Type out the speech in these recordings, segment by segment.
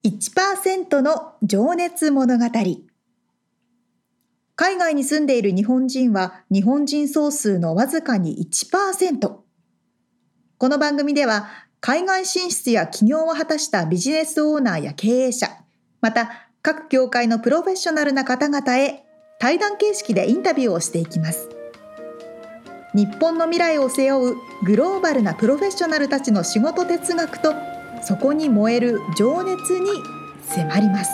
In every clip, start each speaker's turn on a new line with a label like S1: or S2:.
S1: 1%の情熱物語。海外に住んでいる日本人は日本人総数のわずかに 1%。この番組では海外進出や起業を果たしたビジネスオーナーや経営者、また各業界のプロフェッショナルな方々へ対談形式でインタビューをしていきます。日本の未来を背負うグローバルなプロフェッショナルたちの仕事哲学とそこに燃える情熱に迫ります。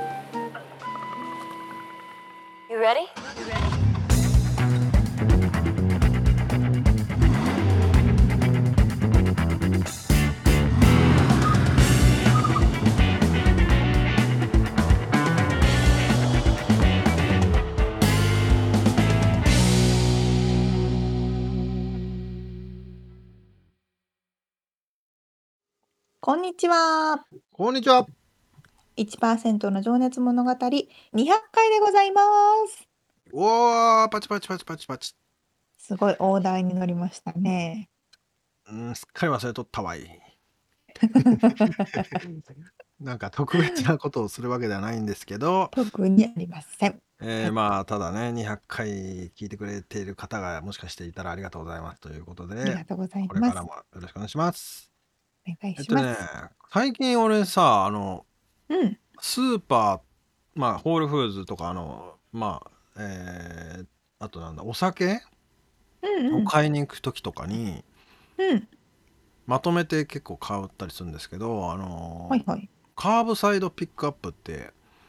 S2: You ready?
S1: こんにちは。
S3: こんにちは。
S1: 1% の情熱物語200回でございます。
S3: おー、パチパチパチパチパチ。
S1: すごい大台に乗りましたね。
S3: すっかり忘れとったわい。なんか特別なことをするわけではないんですけど、
S1: 特にありません。
S3: まあただね200回聞いてくれている方がもしかしていたらありがとうございますということ
S1: あり
S3: で、
S1: がとうござい
S3: これから
S1: ます。
S3: もよろしくお願いします。
S1: お願いします。
S3: 最近俺さスーパー、ホールフーズとかあとお酒を買いに行く時とかに、まとめて結構買ったりするんですけど、カーブサイドピックアップって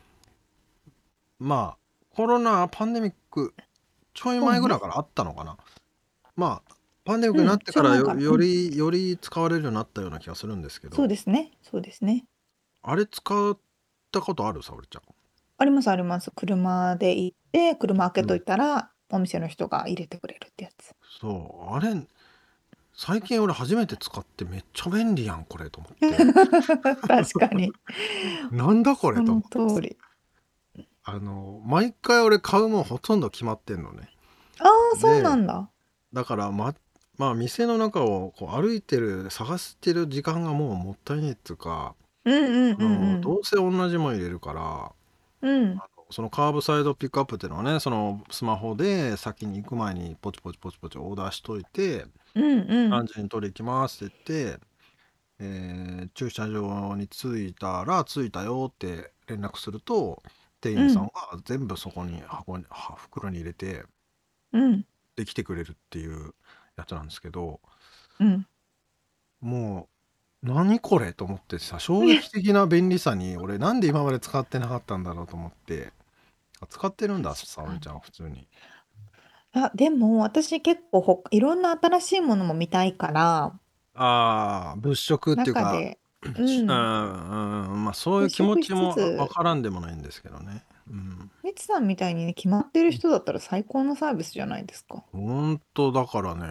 S3: コロナパンデミックちょい前ぐらいからあったのかな。パンデミックになってからより使われるようになったような気がするんですけど。
S1: そうですね。
S3: あれ使ったことある？沙織ちゃん。
S1: ありますあります。車で行って車開けといたら、お店の人が入れてくれるってやつ。
S3: そうあれ最近俺初めて使ってめっちゃ便利やんこれと思って
S1: 確かに
S3: なんだこれと思って。
S1: その通り。
S3: 毎回俺買うもんほとんど決まってんのね。
S1: ああ、そうなんだ。
S3: だから店の中をこう歩いてる探してる時間がもうもったいねえっつうか、どうせ同じもん入れるから、そのカーブサイドピックアップっていうのはね、そのスマホで先に行く前にポチポチポチポチオーダーしといて、何時に取り行きますって言って、駐車場に着いたら着いたよって連絡すると店員さんが全部そこに袋に入れて、できてくれるっていうやつなんですけど、もう何これと思ってさ、衝撃的な便利さに俺なんで今まで使ってなかったんだろうと思って。使ってるんだ、沙織ちゃん普通に。
S1: でも私結構いろんな新しいものも見たいから、
S3: 物色っていうか、
S1: 中で、
S3: そういう気持ちも
S1: 物色しつつ
S3: わからんでもないんですけどね。
S1: みつさんみたいにね、決まってる人だったら最高のサービスじゃないですか。
S3: ほんとだからね、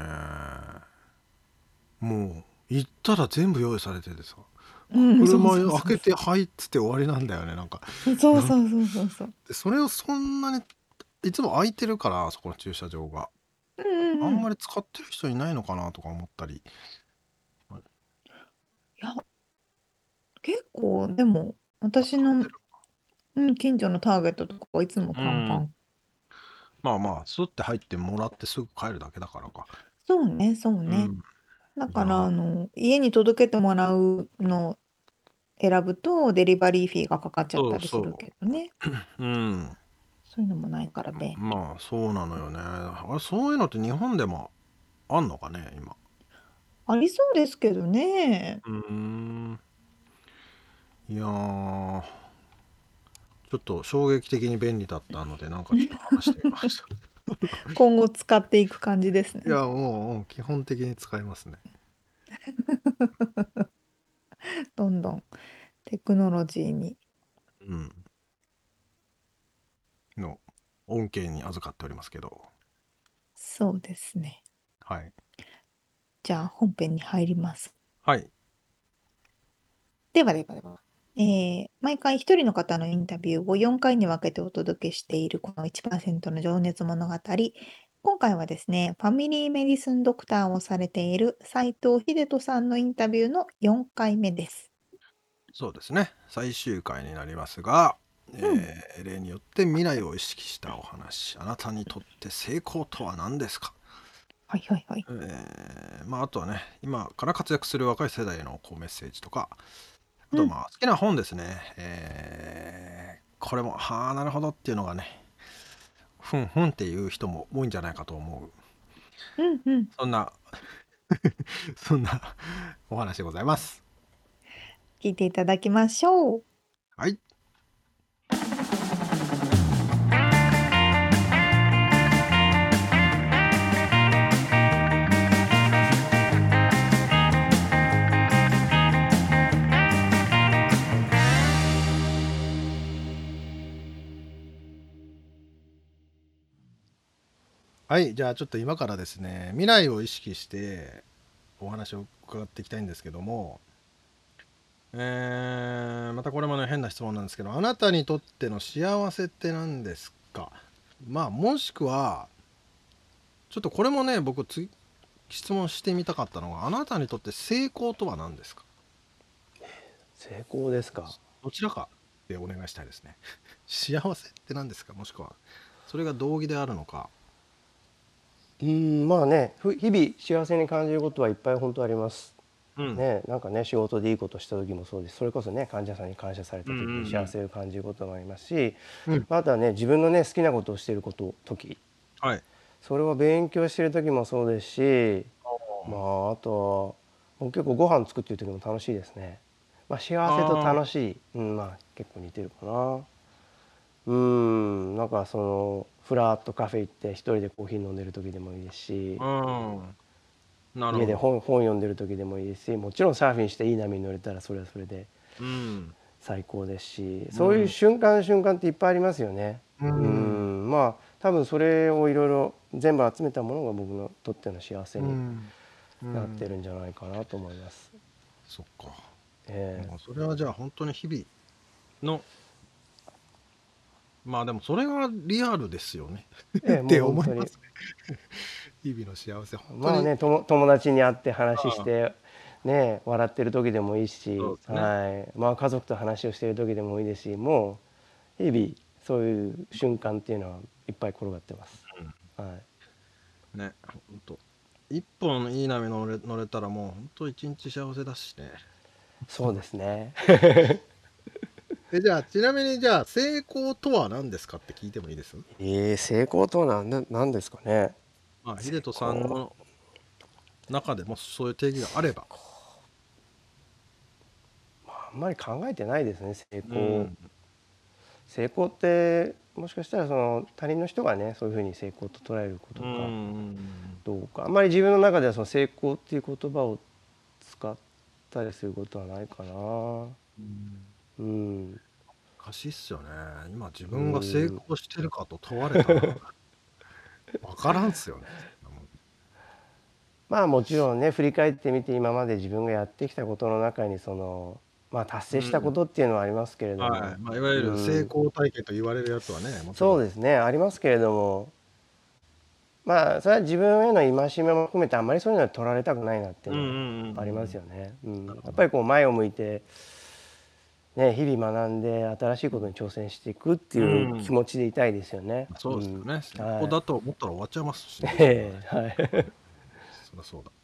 S3: もう行ったら全部用意されててさ、車開けてはいっつって終わりなんだよね、なんか。
S1: そう。
S3: でそれをそんなにいつも空いてるからそこの駐車場が、あんまり使ってる人いないのかなとか思ったり。
S1: いや結構でも私の近所のターゲットとかはいつもパンパン。
S3: スッて入ってもらってすぐ帰るだけだからか。
S1: そうね。だから家に届けてもらうの選ぶとデリバリーフィーがかかっちゃったりするけどね。そういうのもないから便利。
S3: そうなのよね。そういうのって日本でもあんのかね今。
S1: ありそうですけどね。
S3: いやー、ちょっと衝撃的に便利だったのでなんかちょっと話してみました。
S1: 今後使っていく感じですね。
S3: いやもう基本的に使いますね。
S1: どんどんテクノロジーに
S3: の恩恵に預かっておりますけど。
S1: そうですね。
S3: はい。
S1: じゃあ本編に入ります。
S3: はい。
S1: では。毎回一人の方のインタビューを4回に分けてお届けしているこの 1% の情熱物語。今回はですね、ファミリーメディスンドクターをされている斉藤秀人さんのインタビューの4回目です。
S3: そうですね。最終回になりますが、
S1: うん。
S3: 例によって未来を意識したお話。あなたにとって成功とは何ですか？
S1: はいはいはい。
S3: あとはね、今から活躍する若い世代へのこうメッセージとか、あ
S1: うん。
S3: と好きな本ですね。これも、はあ、なるほどっていうのがね、ふんふんっていう人も多いんじゃないかと思う。
S1: うんうん。
S3: そんなそんなお話でございます。
S1: 聞いていただきましょう。
S3: はい。はい、じゃあちょっと今からですね、未来を意識してお話を伺っていきたいんですけども、またこれもね、変な質問なんですけど、あなたにとっての幸せって何ですか？もしくは、ちょっとこれもね、僕質問してみたかったのが、あなたにとって成功とは何ですか？
S4: 成功ですか。
S3: どちらかでお願いしたいですね。幸せって何ですか？もしくは、それが道義であるのか。
S4: まあね、日々幸せに感じることはいっぱい本当あります。
S3: うん。
S4: ね、なんかね、仕事でいいことした時もそうです。それこそね、患者さんに感謝され
S3: うんう
S4: た時に幸
S3: ん
S4: せを感じることもありますし、
S3: うん。うん。
S4: あとはね、自分のね、好きなことをしている時、
S3: はい。
S4: それは勉強してる時もそうですし、あとは結構ご飯作ってる時も楽しいですね。幸せと
S3: ああ、
S4: 楽しい、結構似てるかな。なんかふらっとカフェ行って一人でコーヒー飲んでる時でもいいですし、
S3: うん。なる
S4: 家で
S3: ほど。
S4: 本読んでる時でもいいですし、もちろんサーフィンしていい波に乗れたらそれはそれで
S3: うん。
S4: 最高ですし、そういう
S3: うん。
S4: 瞬間瞬間っていっぱいありますよね。
S3: うん。
S4: 多分それをいろいろ全部集めたものが僕のとっての幸せに
S3: うん。う
S4: なってるん
S3: ん。
S4: じゃないかなと思います。
S3: そっか。
S4: え
S3: それはじゃあ本当に日々の、でもそれがリアルですよねっ
S4: もう
S3: て
S4: 本当に
S3: 思いますね。日々の幸せ、本当に。
S4: 友達に会って話し
S3: ああ、
S4: てね、笑ってる時でもいいし、
S3: そうですね。
S4: はい、家族と話をしてる時でもいいですし、もう日々そういう瞬間っていうのはいっぱい転がってます。はい。
S3: うん。ね、本当。一本いい波乗れたらもう本当一日幸せだしね。
S4: そうですね。
S3: じゃあちなみにじゃあ成功とは何ですかって聞いてもいいです？
S4: 成功とは何ですかね。成
S3: 秀人さん
S4: 功。
S3: の中でもそういう定義があれば。
S4: あんまり考えてないですね、成功。
S3: うん。
S4: 成功ってもしかしたら他人の人がね、そういうふうに成功と捉えるこ
S3: う
S4: とか
S3: ん。
S4: どうか、あんまり自分の中ではその成功っていう言葉を使ったりすることはないかな。
S3: うん。
S4: うん。
S3: 難しいっすよね。今自
S4: う
S3: 分が成
S4: ん。
S3: 功してるかと問われたら分からんっすよね。
S4: もちろんね、振り返ってみて今まで自分がやってきたことの中に達成したこ
S3: うん。
S4: とっていうのはありますけれど
S3: はい。
S4: も、
S3: いわゆる成
S4: うん、
S3: 功体験と言われるやつはね、もちろん。
S4: そうですね、ありますけれども、それは自分への戒めも含めてあんまりそういうのは取られたくないなっていう
S3: うんうん
S4: のは
S3: うんう
S4: あります
S3: ん。
S4: よね。
S3: なるほど。
S4: やっぱり前を向いて、ね、日々学んで新しいことに挑戦していくって
S3: う
S4: いう気
S3: ん。
S4: 持ちでいたいですよね。
S3: そうですよね。成功
S4: は
S3: だと思ったら終わっちゃいますし
S4: い。
S3: ね、それはね。
S4: はい。
S3: そりゃそうだ。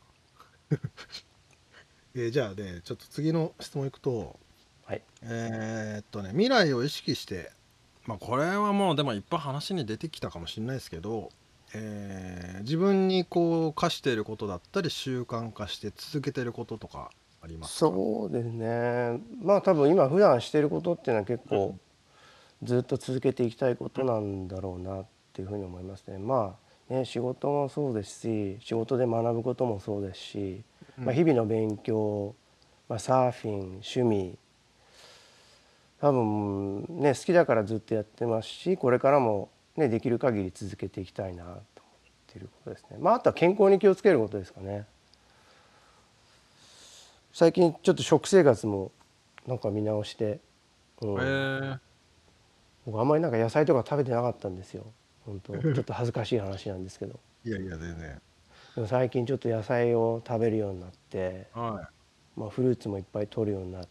S3: じゃあね、ちょっと次の質問いくと、
S4: はい。
S3: 未来を意識して、これはもうでもいっぱい話に出てきたかもしれないですけど、自分にこう課していることだったり習慣化して続けてることとかありますか？
S4: そうですね。多分今普段してることっていうのは結構ずっと続けていきたいことなんだろうなっていうふうに思いますね。仕事もそうですし、仕事で学ぶこともそうですし、
S3: うん。
S4: 日々の勉強、サーフィン、趣味、多分ね、好きだからずっとやってますし、これからもね、できる限り続けていきたいなと思っていることですね。あとは健康に気をつけることですかね。最近ちょっと食生活もなんか見直して、う
S3: え
S4: ん、
S3: ー、
S4: 僕あんまりなんか野菜とか食べてなかったんですよ。本当ちょっと恥ずかしい話なんですけど、
S3: いやいや全然。
S4: でも最近ちょっと野菜を食べるようになって、
S3: はい。
S4: フルーツもいっぱい取るようになって、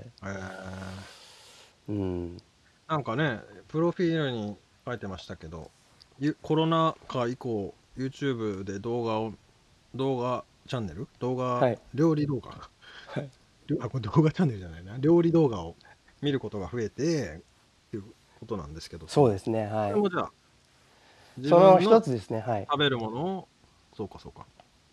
S4: うん、
S3: なんかね、プロフィールに書いてましたけど、コロナ禍以降、YouTube で動画チャンネル
S4: はい、
S3: 料理動画
S4: はい、
S3: これ動画チャンネルじゃないな。料理動画を見ることが増えて、っていうことなんですけど、
S4: そうですね、はい。
S3: これもじゃあ、自
S4: その
S3: 分の
S4: 一つですね、はい。
S3: 食べるものを、そうかそうか。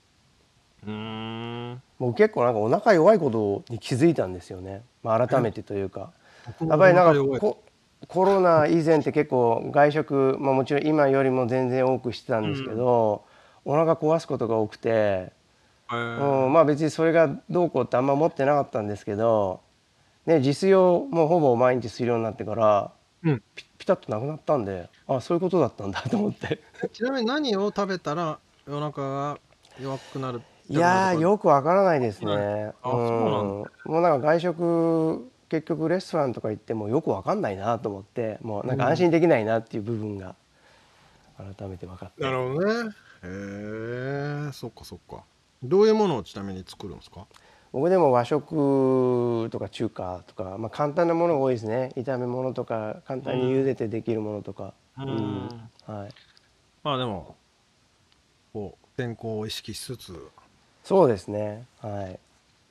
S3: ん。
S4: 僕結構なんかお腹弱いことに気づいたんですよね。改めてというか。
S3: 僕もお
S4: やっぱりなんか
S3: 腹弱い。
S4: コロナ以前って結構外食、もちろん今よりも全然多くしてたんですけ
S3: うん。
S4: ど、お腹壊すことが多くて、
S3: ー、
S4: 別にそれがどうこうってあんま思ってなかったんですけど、ね、自炊をもうほぼ毎日するようになってから
S3: うん。
S4: ピタッとなくなったんで、そういうことだったんだと思って。
S3: ちなみに何を食べたら夜中が弱くなる、
S4: い
S3: 痛くなるとか、
S4: やー、よくわからないです
S3: ない。
S4: ね。
S3: あ、そうなんだ。
S4: もうなんか外食、結局レストランとか行ってもよくわかんないなと思って、もうなんか安
S3: うん。
S4: 心できないなっていう部分が改めて分かっ
S3: な
S4: て。
S3: るほどね。へえ、そっかそっか。どういうものをちなみに作るんですか？
S4: 僕でも和食とか中華とか、簡単なものが多いですね。炒め物とか簡単に茹
S3: うん。
S4: でてできるものとか。
S3: う
S4: うん、
S3: ん。
S4: はい。
S3: まあでも、こう、健康を意識しつつ、
S4: そうですね。はい。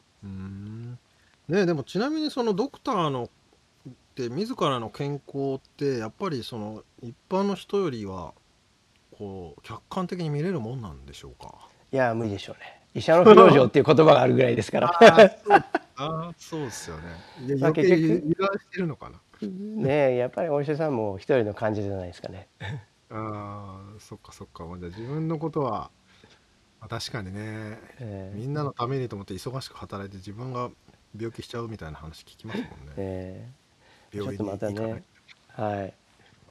S3: ね、でもちなみにそのドクターのって自らの健康ってやっぱりその一般の人よりはこう客観的に見れるもんなんでしょうか？
S4: いや、無理でしょうね。医者の不養生っていう言葉があるぐらいですから。
S3: ああ、そう、ああ、そうですよね。いや、余計
S4: 結局
S3: 油断してるのかな。
S4: ね、やっぱりお医者さんも一人の患者じゃないですかね。
S3: ああ、そっかそっか。じゃあ自分のことは、確かにね、
S4: え
S3: みんなのためにと思って忙しく働いて自分が病気しちゃうみたいな話聞きますもんね。
S4: えちょっ
S3: 病院
S4: とまた
S3: に行かない。
S4: ね、はい。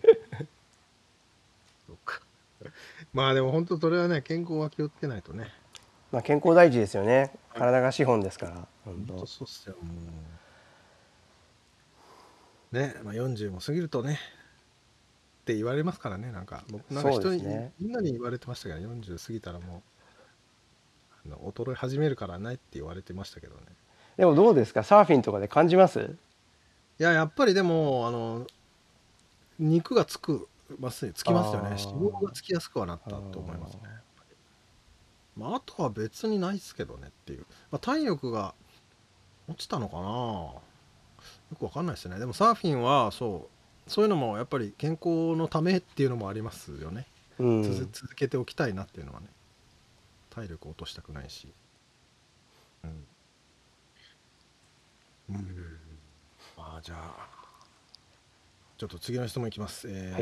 S3: そっか。まあでも本当それはね、健康は気をつけないとね。
S4: 健康第一ですよね。
S3: はい。
S4: 体が資本ですから、本
S3: 本当
S4: 当。
S3: そうっすよ、もう。ね、40も過ぎるとね、って言われますからね、なんか。僕なんか
S4: そうで
S3: 人に、
S4: すね。
S3: みんなに言われてましたけど、40過ぎたらもう、衰え始めるからないって言われてましたけどね。
S4: でもどうですか、サーフィンとかで感じます？
S3: いや、やっぱりでも、肉がつきますよね。
S4: あ
S3: 脂肪がつきやすくはなっ
S4: あ、
S3: たと思いますね。あとは別にないですけどねっていう。体力が落ちたのかな。よくわかんないですね。でもサーフィンはそういうのもやっぱり健康のためっていうのもありますよね。
S4: うん。
S3: 続けておきたいなっていうのはね。体力を落としたくないし。うん。うん。じゃあ、ちょっと次の質問いきます。
S4: はい。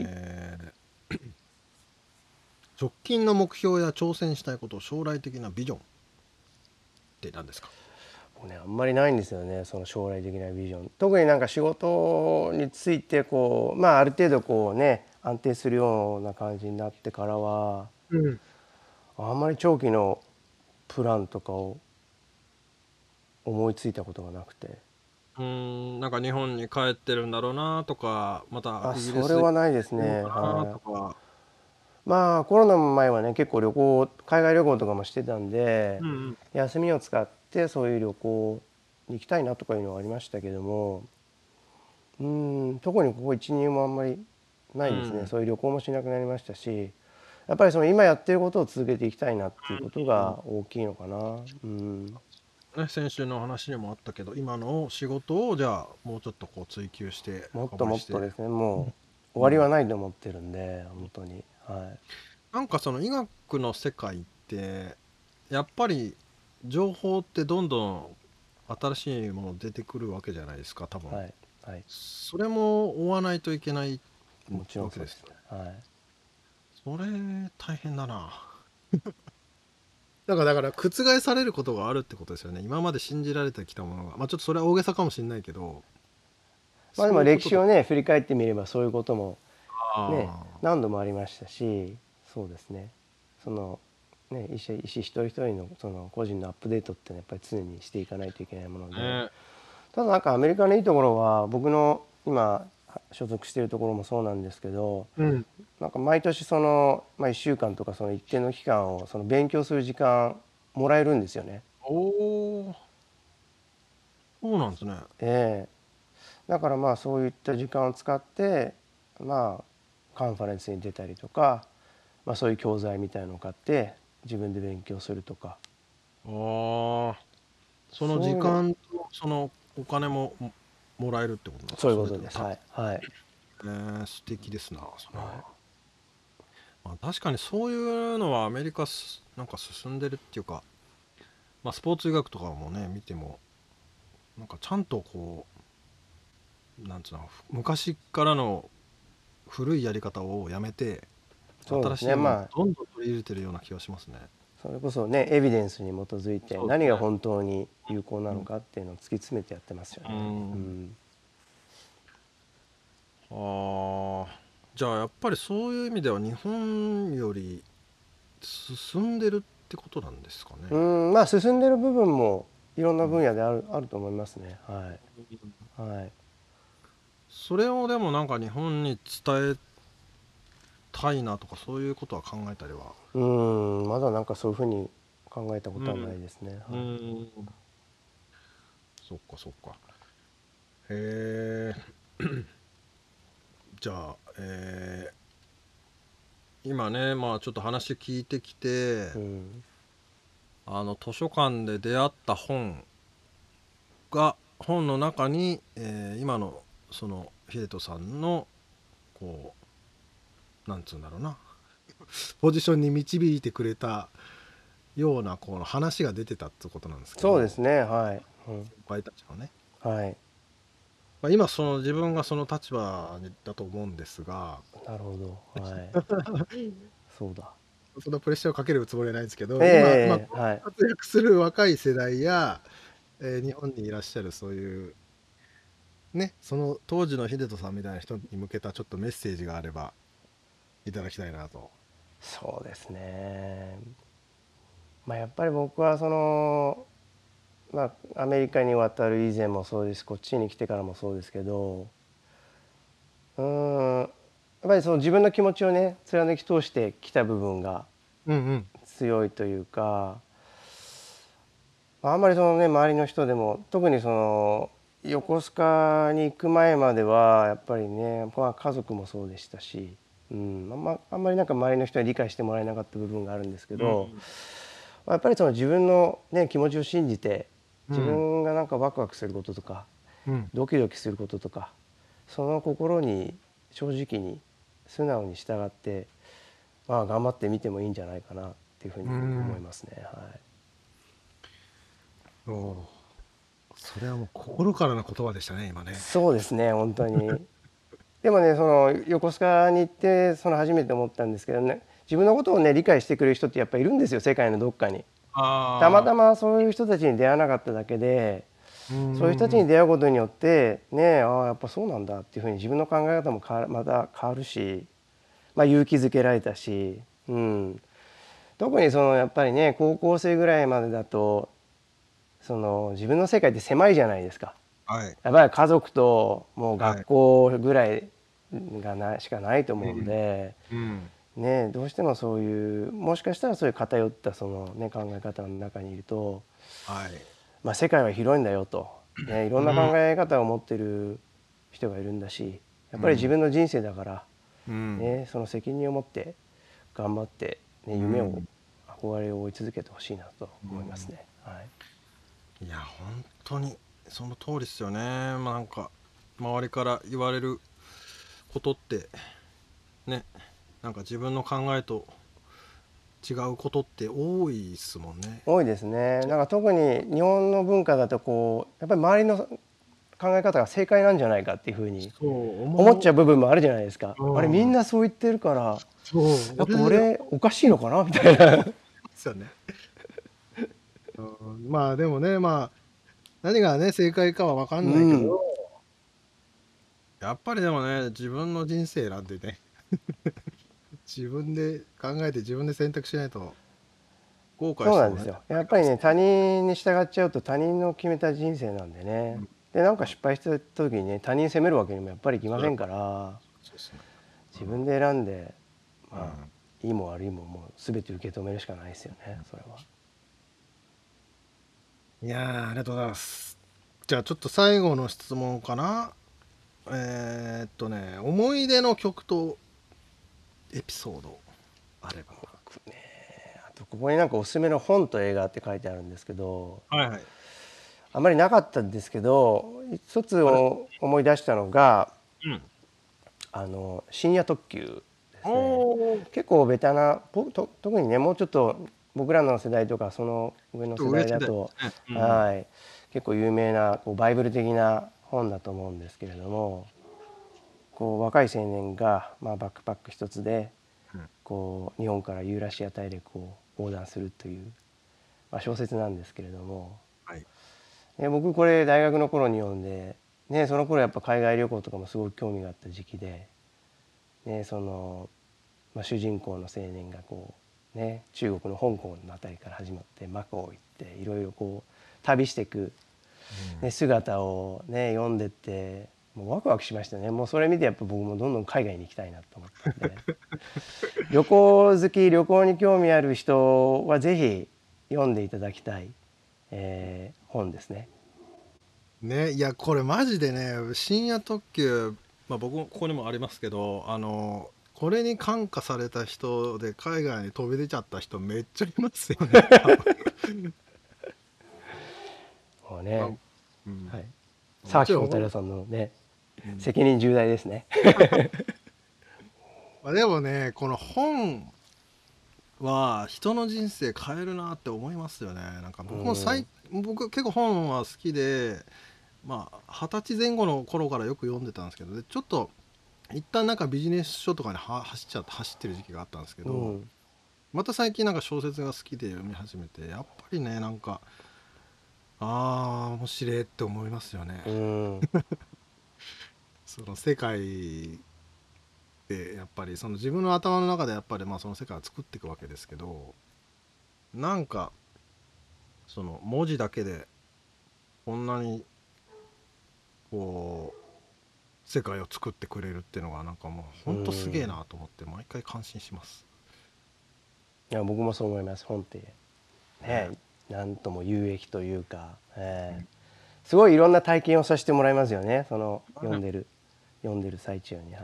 S3: 直近の目標や挑戦したいこと、将来的なビジョンって何ですか？
S4: もうね、あんまりないんですよね、その将来的なビジョン。特になんか仕事についてある程度安定するような感じになってからは、
S3: うん。
S4: あんまり長期のプランとかを思いついたことがなくて。
S3: なんか日本に帰ってるんだろうなとか、またイギリ
S4: それ
S3: スで
S4: はないです
S3: るの
S4: ね。
S3: かな
S4: はい。
S3: とか。
S4: コロナ前はね、結構海外旅行とかもしてたんで、
S3: うんうん。
S4: 休みを使ってそういう旅行に行きたいなとかいうのはありましたけども、特にここ1、2年もあんまりないですね。
S3: うん。
S4: そういう旅行もしなくなりましたし、やっぱりその今やってることを続けていきたいなっていうこと
S3: うん。
S4: が大きいのかな。うん。
S3: ね、先週の話にもあったけど、今の仕事をじゃあもうちょっとこう追求して
S4: もっと
S3: 深掘りして。
S4: もっとですね、もう終わりは
S3: うん。
S4: ないと思ってるんで、本当に。はい。
S3: なんかその医学の世界ってやっぱり情報ってどんどん新しいもの出てくるわけじゃないですか、多分。
S4: はい。はい。
S3: それも追わないといけない
S4: もちろん
S3: わけ
S4: そうですね。
S3: ですよね。
S4: はい。
S3: それ大変だな。だから覆されることがあるってことですよね。今まで信じられてきたものが。ちょっとそれは大げさかもしれないけど、
S4: でも
S3: そういうこととか。
S4: 歴史をね、振り返ってみればそういうこともね、
S3: あ
S4: 何度もありましたし、そうですね。その医師一人一人のその個人のアップデートってのはやっぱり常にしていかないといけないもの
S3: あ、
S4: で、
S3: ね。
S4: ただなんかアメリカのいいところは、僕の今所属しているところもそうなんですけど、
S3: うん。
S4: なんか毎年1週間とかその一定の期間をその勉強する時間もらえるんですよね。
S3: おお。 そうなんですね。
S4: えだからまあそういった時間を使ってまあカンファレンスに出たりとか、まあ、そういう教材みたいのを買って自分で勉強するとか、
S3: ああ、その
S4: そういうの、
S3: 時間とそのお金ももらえるってことなんですか、
S4: そういう
S3: それでも。
S4: ことです。はいはい。
S3: 素敵ですな、それ
S4: は
S3: は。まあ、確かにそういうのはアメリカなんか進んでるっていうか、まあ、スポーツ医学とかもね見てもなんかちゃんとこうなんつうの昔からの古いやり方をやめて
S4: そうですね。
S3: 新しいものを
S4: まあ
S3: どんどん取り入れてるような気がしますね。
S4: それこそねエビデンスに基づいて
S3: そうですね。
S4: 何が本当に有効なのかっていうのを突き詰めてやってますよ
S3: う
S4: ね。う
S3: ん。
S4: ん、
S3: ああ、じゃあやっぱりそういう意味では日本より進んでるってことなんですかね。
S4: まあ進んでる部分もいろんな分野であると思いますね。はいはい。
S3: それをでもなんか日本に伝えたいなとかそういうことは考えたりは。
S4: まだなんかそういうふうに考えたことはな
S3: うん。
S4: いですね。
S3: う
S4: はい。
S3: ん。そっかそっか。へえ。じゃあ、今ね、まあちょっと話聞いてきて、
S4: うん、
S3: 図書館で出会った本の中に、今のその秀人さんのこなんつうんだろうなポジションに導いてくれたようなこの話が出てたってことなんですけど、
S4: そうですね。はい。
S3: 先輩たちのね、
S4: はい。
S3: まあ、今その自分がその立場だと思うんですが、
S4: なるほど。はい。そうだ。
S3: そのプレッシャーをかけるつもりはないんですけど、今
S4: はい。
S3: 活躍する若い世代や、日本にいらっしゃるそういうね、その当時の秀人さんみたいな人に向けたちょっとメッセージがあればいただきたいなと。
S4: そうですね。まあやっぱり僕はそのまあアメリカに渡る以前もそうですし、こっちに来てからもそうですけど、やっぱりその自分の気持ちをね貫き通してきた部分が
S3: うんうん。
S4: 強いというか、あんまりそのね周りの人でも特にその横須賀に行く前まではやっぱりね、まあ、家族もそうでしたし、あんまりなんか周りの人に理解してもらえなかった部分があるんですけど、
S3: うん
S4: やっぱりその自分の、ね、気持ちを信じて自
S3: うん
S4: 分がなんかワクワクすることとか
S3: うん
S4: ドキドキすることとかその心に正直に素直に従って、まあ、頑張ってみてもいいんじゃないかなっていうふうに
S3: うん。
S4: 思いますね。はい。
S3: おお、それはもう心からの言葉でしたね今ね。
S4: そうですね本当に。でもねその横須賀に行ってその初めて思ったんですけどね、自分のことをね理解してくれる人ってやっぱいるんですよ世界のどっかに。たま
S3: ああ、
S4: たまそういう人たちに出会わなかっただけで、
S3: う
S4: そういう人たちに
S3: ん
S4: 出会うことによってね、ああやっぱそうなんだっていうふうに自分の考え方もまた変わるし、まあ、勇気づけられたし、特にそのやっぱりね高校生ぐらいまでだとその自分の世界って狭いじゃないですか。
S3: はい。
S4: やっぱり家族ともう学
S3: はい。
S4: 校ぐらいしかないと思うん
S3: うん
S4: で、
S3: うん
S4: ね、どうしてもそういうもしかしたらそういう偏ったその、ね、考え方の中にいると、
S3: はい。
S4: まあ、世界は広いんだよと、ね、いろんな考
S3: うん
S4: え方を持ってる人がいるんだし、やっぱり自
S3: うん
S4: 分の人生だから、
S3: うん
S4: ね、その責任を持って頑張って、ね、夢を
S3: うん
S4: 憧れを追い続けてほしいなと
S3: うん。
S4: 思いますね。はい。
S3: いや本当にその通りですよね。まあなんか周りから言われることってね、なんか自分の考えと違うことって多いですもんね。
S4: 多いですね。なんか特に日本の文化だとこうやっぱり周りの考え方が正解なんじゃないかっていうふうに
S3: そう思う。
S4: 思っちゃう部分もあるじゃないですか。あれみん
S3: うん。
S4: なそう言ってるから
S3: そう
S4: やっぱ
S3: 俺
S4: 俺おかしいのかなみたいな。
S3: ですよね。うん、まあでもね、まあ何がね正解かは分かんないけど、
S4: うん、
S3: やっぱりでもね自分の人生なんてね自分で考えて自分で選択しないと後悔
S4: そう
S3: した方がね
S4: なんですよ。やっぱりね他人に従っちゃうと他人の決めた人生なんでね。
S3: うん、
S4: でなんか失敗した時にね他人責めるわけにもやっぱりいきませんか
S3: そうやっぱ
S4: ら、
S3: そうですね。
S4: 自分で選んで
S3: うん、う
S4: まあ
S3: ん、
S4: いいも悪いももう全て受け止めるしかないですよねそれは。
S3: いやーありがとうございます。 じゃあちょっと最後の質問かな。思い出の曲とエピソードあれば。
S4: 僕ね、あとここになんかおすすめの本と映画って書いてあるんですけど、
S3: はいはい。
S4: あまりなかったんですけど、一つ思い出したのが、
S3: うん。
S4: 深夜特急ですね。
S3: おー。
S4: 結構ベタな、特にね、もうちょっと僕らの世代とかその上の世代だと、
S3: 上世代ですね。
S4: はい、結構有名なこうバイブル的な本だと思うんですけれども、こう若い青年が、バックパック一つでこう日本からユーラシア大陸を横断するという、小説なんですけれども、
S3: はい。
S4: 僕これ大学の頃に読んで、ね、その頃やっぱ海外旅行とかもすごく興味があった時期で、ね、主人公の青年がこう、ね、中国の香港の辺りから始まってマカオ行っていろいろこう旅していく、姿を、ね、読んでってもうワクワクしましたね。もうそれ見てやっぱ僕もどんどん海外に行きたいなと思ったんで旅行好き、旅行に興味ある人はぜひ読んでいただきたい、本ですね。
S3: ね、いやこれマジでね、深夜特急、僕もここにもありますけど、これに感化された人で海外に飛び出ちゃった人めっちゃいますよね。
S4: もうね、
S3: まあうん、
S4: はい、沢木耕太郎さんのね、責任重大ですね。
S3: でもね、この本は人の人生変えるなって思いますよね。なんか僕も僕結構本は好きで、20歳前後の頃からよく読んでたんですけど、でちょっと一旦なんかビジネス書とかに走ってる時期があったんですけど、また最近なんか小説が好きで読み始めて、やっぱりねなんか面白いって思いますよね。その世界でやっぱりその自分の頭の中でやっぱりその世界を作っていくわけですけど、なんかその文字だけでこんなにこう世界を作ってくれるっていうのがなんかもうほんとすげえなと思って毎回感心します。
S4: いや僕もそう思います。本ってね、なんとも有益というか、すごいいろんな体験をさせてもらいますよね。その読んでる最中に。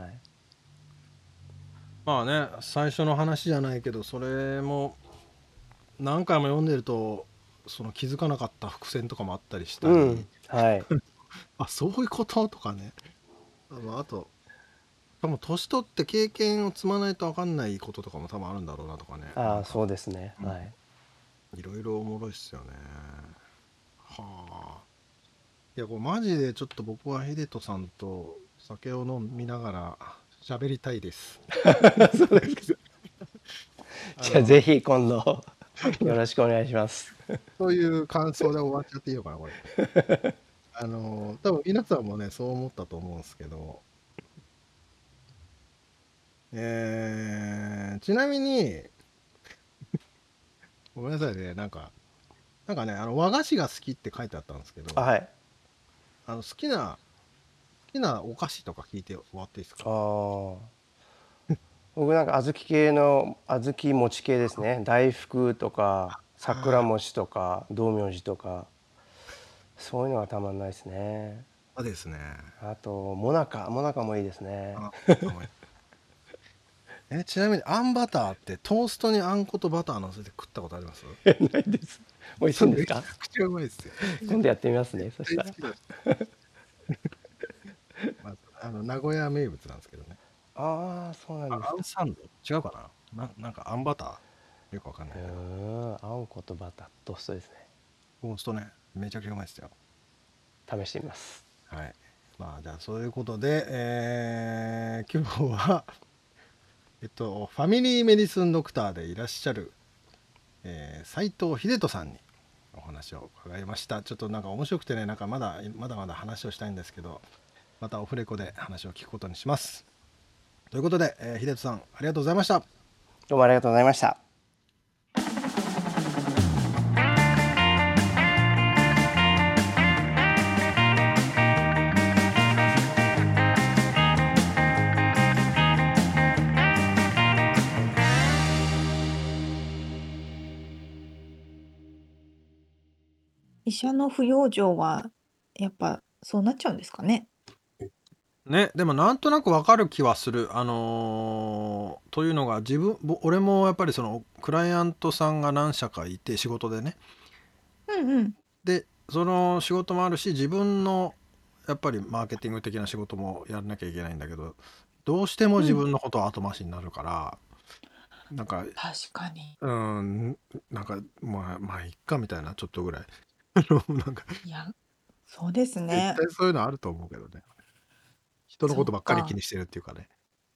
S3: 最初の話じゃないけど、それも何回も読んでるとその気づかなかった伏線とかもあったりしたり、そういうこととかね。あと多分年取って経験を積まないと分かんないこととかも多分あるんだろうなとかね。
S4: そうですね。
S3: いろいろおもろいっすよね。いやこれマジでちょっと僕は秀人さんと酒を飲みながら喋りたいです。
S4: そうですか。じゃあぜひ今度よろしくお願いします。
S3: そういう感想で終わっちゃっていいのかなこれ。多分皆さんもねそう思ったと思うんですけど、ちなみにごめんなさいね、なんかね和菓子が好きって書いてあったんですけど、好きなお菓子とか聞いて終わっていいですか？
S4: 僕なんか小豆系の小豆餅系ですね。大福とか桜餅とか道明寺とかそういうのがたまんないですね。
S3: ですね。
S4: あともなかもいいですね。
S3: ちなみにあんバターってトーストにあんことバター乗せて食ったことあります？
S4: ないです。美味しいんですか？
S3: めちゃくちゃうまいですよ。
S4: 今度やってみますね。そしたら。
S3: 名古屋名物なんですけどね。
S4: そうなんですか。
S3: あんサンド違うかな。なんかあんバターよくわかんないけど。
S4: あんことバタートーストですね。
S3: トーストね、めちゃくちゃうまいですよ。
S4: 試してみます。
S3: はい。じゃあそういうことで、今日はファミリーメディスンドクターでいらっしゃる、斉藤秀人さんにお話を伺いました。ちょっとなんか面白くてね、なんかまだ話をしたいんですけど、またオフレコで話を聞くことにします。ということで、秀人さんありがとうございました。
S4: どうもありがとうございました。
S1: 医者の不養生は、 やっぱそうなっちゃうんですかね。
S3: ね、でもなんとなくわかる気はする。というのが俺もやっぱりそのクライアントさんが何社かいて仕事でね。
S1: うんうん。
S3: で、その仕事もあるし、自分のやっぱりマーケティング的な仕事もやらなきゃいけないんだけど、どうしても自分のことは後回しになるから、なんか、
S1: 確かに。
S3: なんか、まあ、いっかみたいな、ちょっとぐらい。なんか、
S1: いや、そうです
S3: 絶
S1: ね。
S3: 対そういうのあると思うけどね。人のことばっかり気にしてるっていうかね。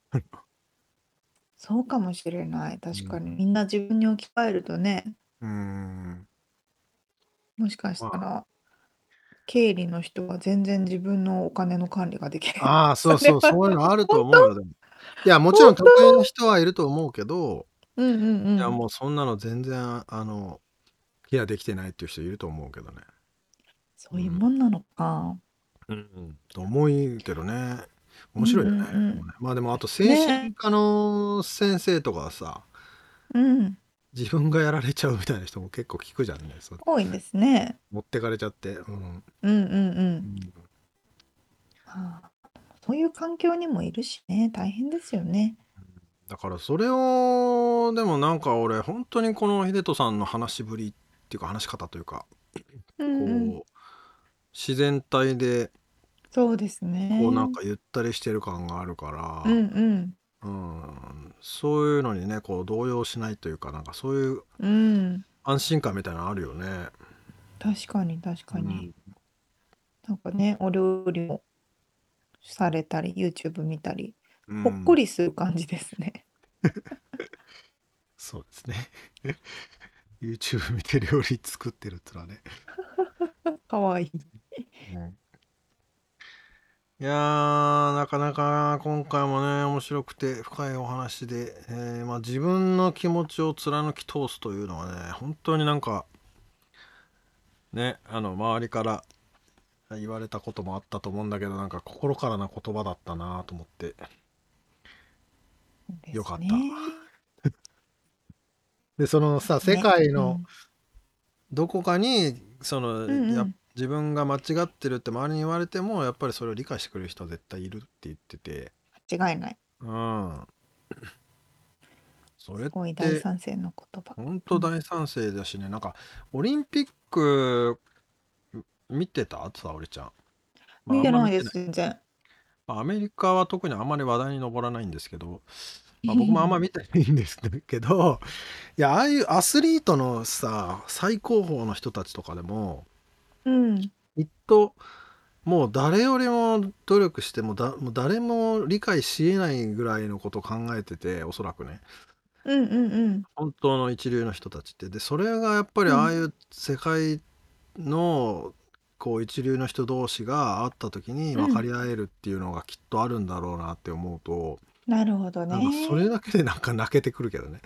S1: そうかもしれない。確かに。
S3: うん。
S1: みんな自分に置き換えるとね、
S3: ん。
S1: もしかし
S3: まあ、
S1: たら、経理の人は全然自分のお金の管理ができない。
S3: そうそう、
S1: それは、
S3: そういうのあると
S1: 本
S3: 思うよ、でも。いや、もちろん得意な人はいると思うけど、
S1: 当。うんうんう
S3: いや、
S1: ん。
S3: もうそんなの全然、ケアできてないっていう人いると思うけどね。
S1: そういうもんなのか。
S3: と思うけどね。面
S1: うんう
S3: 白いよね。
S1: ん
S3: まあでもあと
S1: うん。
S3: 精
S1: ね
S3: 神科の先生とかはさ、
S1: え。うん。
S3: 自分がやられちゃうみたいな人も結構聞くじゃんね。
S1: 多いですね。
S3: 持ってかれちゃって。
S1: うんうんうん。
S3: うん。
S1: まあ、そういう環境にもいるしね、大変ですよね。
S3: だからそれを、でもなんか俺、本当にこの秀人さんの話しぶりっていうか話し方というか、
S1: うんうん。
S3: こう、自然体で、
S1: そうです
S3: こうなん
S1: ね。
S3: かゆったりしてる感があるか
S1: うん
S3: ら、
S1: うん。
S3: そういうのにね、こう動揺しないというか、なんかそういう
S1: うん。
S3: 安心感みたいなのあるよね。
S1: 確かに確かに。
S3: うん。
S1: なんかね、お料理もされたり、YouTube 見たり、ほっこ
S3: うん。
S1: りする感じですね。
S3: そうですね。YouTube 見て料理作ってるってのはね。
S1: かわいい。
S3: うん。いやー、なかなか今回もね、面白くて深いお話で、まあ、自分の気持ちを貫き通すというのはね、本当になんかね、周りから言われたこともあったと思うんだけど、なんか心からな言葉だったなと思って、
S1: です
S3: よかった。
S1: ね。
S3: で、そのさ、世
S1: ね。
S3: 界の
S1: うん。
S3: どこかに、
S1: うんうん。
S3: 自分が間違ってるって周りに言われても、やっぱりそれを理解してくれる人は絶対いるって言ってて、
S1: 間違いない。
S3: うん。それっ
S1: すごい大
S3: て、
S1: 賛成の言葉。
S3: 本
S1: うん。
S3: 当大賛成だしね、なんか、オリンピック見てた沙織ちゃん。まあ、あ
S1: 見てないです、
S3: んま見てない。
S1: 全然。
S3: まあアメリカは特にあんまり話題に上らないんですけど、まあ、僕もあんま見てないんですけど、いや、ああいうアスリートのさ、最高峰の人たちとかでも、
S1: うん。
S3: きっと、もう誰よりも努力してもう誰も理解しえないぐらいのことを考えてて、おそらくね。
S1: うんうんうん。
S3: 本当の一流の人たちって。で、それがやっぱり
S1: うん。
S3: ああいう世界のこう一流の人同士が会った時に分か
S1: うん。
S3: り合えるっていうのがきっとあるんだろうなって思うと、
S1: なるほど
S3: なんかそれ
S1: ね。
S3: だけでなんか泣けてくるけどね。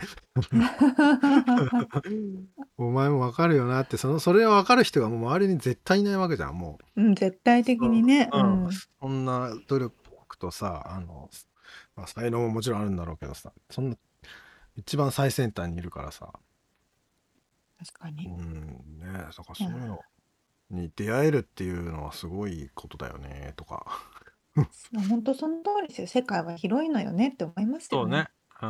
S3: お前も分かるよなって、それを分かる人がもう周りに絶対いないわけじゃん、もう。
S1: うん、絶対的にね。
S3: うん。
S1: うん。
S3: そんな努力とさ、まあ、才能ももちろんあるんだろうけどさ、そんな一番最先端にいるからさ、
S1: 確かに。
S3: ね、だから
S1: うん。
S3: そういうのに出会えるっていうのはすごいことだよね、とか。
S1: 本当その通りですよ。世界は広いのよねって思いますよね。
S3: そうね。うん。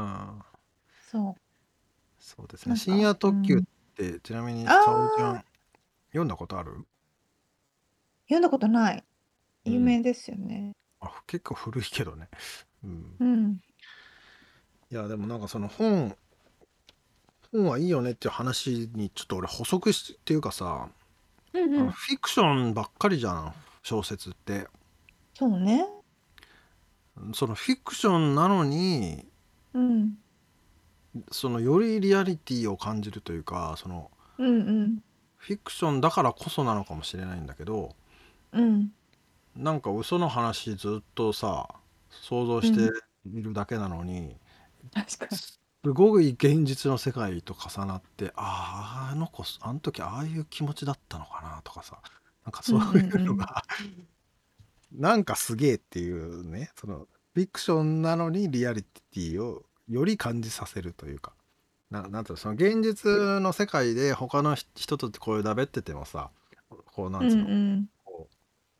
S1: そ
S3: そうです
S1: う。
S3: ね。深夜特急っ
S1: うん。
S3: て、ちなみに、
S1: あ
S3: 沙織ちゃん、
S1: あ、
S3: 読んだことある？
S1: 読んだことない。
S3: うん。
S1: 有名ですよね。
S3: 結構古いけどね。うん。
S1: うん。
S3: いや、でもなんかその本はいいよねっていう話にちょっと俺補足っていうかさ、
S1: うんうん。
S3: フィクションばっかりじゃん、小説って。
S1: そうね。
S3: そのフィクションなのに、
S1: うん。
S3: そのよりリアリティを感じるというか、
S1: うんうん。
S3: フィクションだからこそなのかもしれないんだけど、
S1: うん。
S3: なんか嘘の話ずっとさ、想像して
S1: うん。
S3: いるだけなのに、
S1: 確かに。
S3: すごい現実の世界と重なって、あの子あの時ああいう気持ちだったのかなとかさ、なんか
S1: うん
S3: そう
S1: うんうん。
S3: いうのがなんかすげえっていうね、フィクションなのにリアリティをより感じさせるというか、なんていうの、その現実の世界で他の人とこういうだべっててもさ、こうなん
S1: うん
S3: つうの、
S1: うん。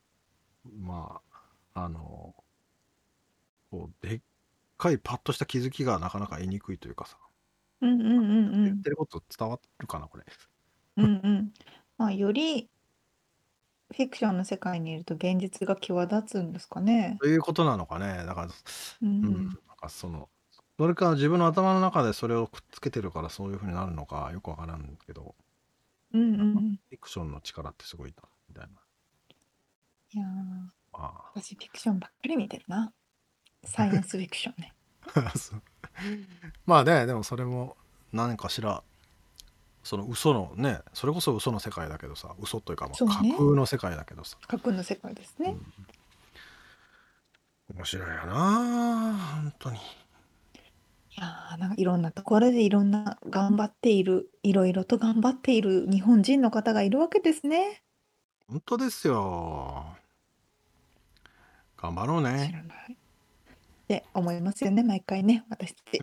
S3: まあこうでっかいパッとした気づきがなかなか得にくいというかさ、
S1: うんうんうんう
S3: 言っ
S1: ん。
S3: てること伝わるかなこれ。
S1: うんうん。まあ、よりフィクションの世界にいると現実が際立つんですかね。
S3: ということなのかね。だから、なん
S1: うん
S3: かそれか自分の頭の中でそれをくっつけてるからそういう風になるのかよくわからんけど、
S1: うんう
S3: なんか
S1: ん。
S3: フィクションの力ってすごいなみたいな。
S1: いやー、
S3: ま
S1: 私フィクションばっかり見てるな。サイエンスフィクションね。
S3: あそうまあね、でもそれも何かしらその嘘のね、それこそ嘘の世界だけどさ、嘘というかまあ架
S1: そうね。
S3: 空の世界だけどさ、
S1: 架空の世界ですね。
S3: 面白いよな本当に。
S1: いやー、なんかいろんなところでいろんな頑張っている、いろいろと頑張っている日本人の方がいるわけですね。
S3: 本当ですよ。頑張ろうね。
S1: 知らないって思いますよね、毎回ね、私って。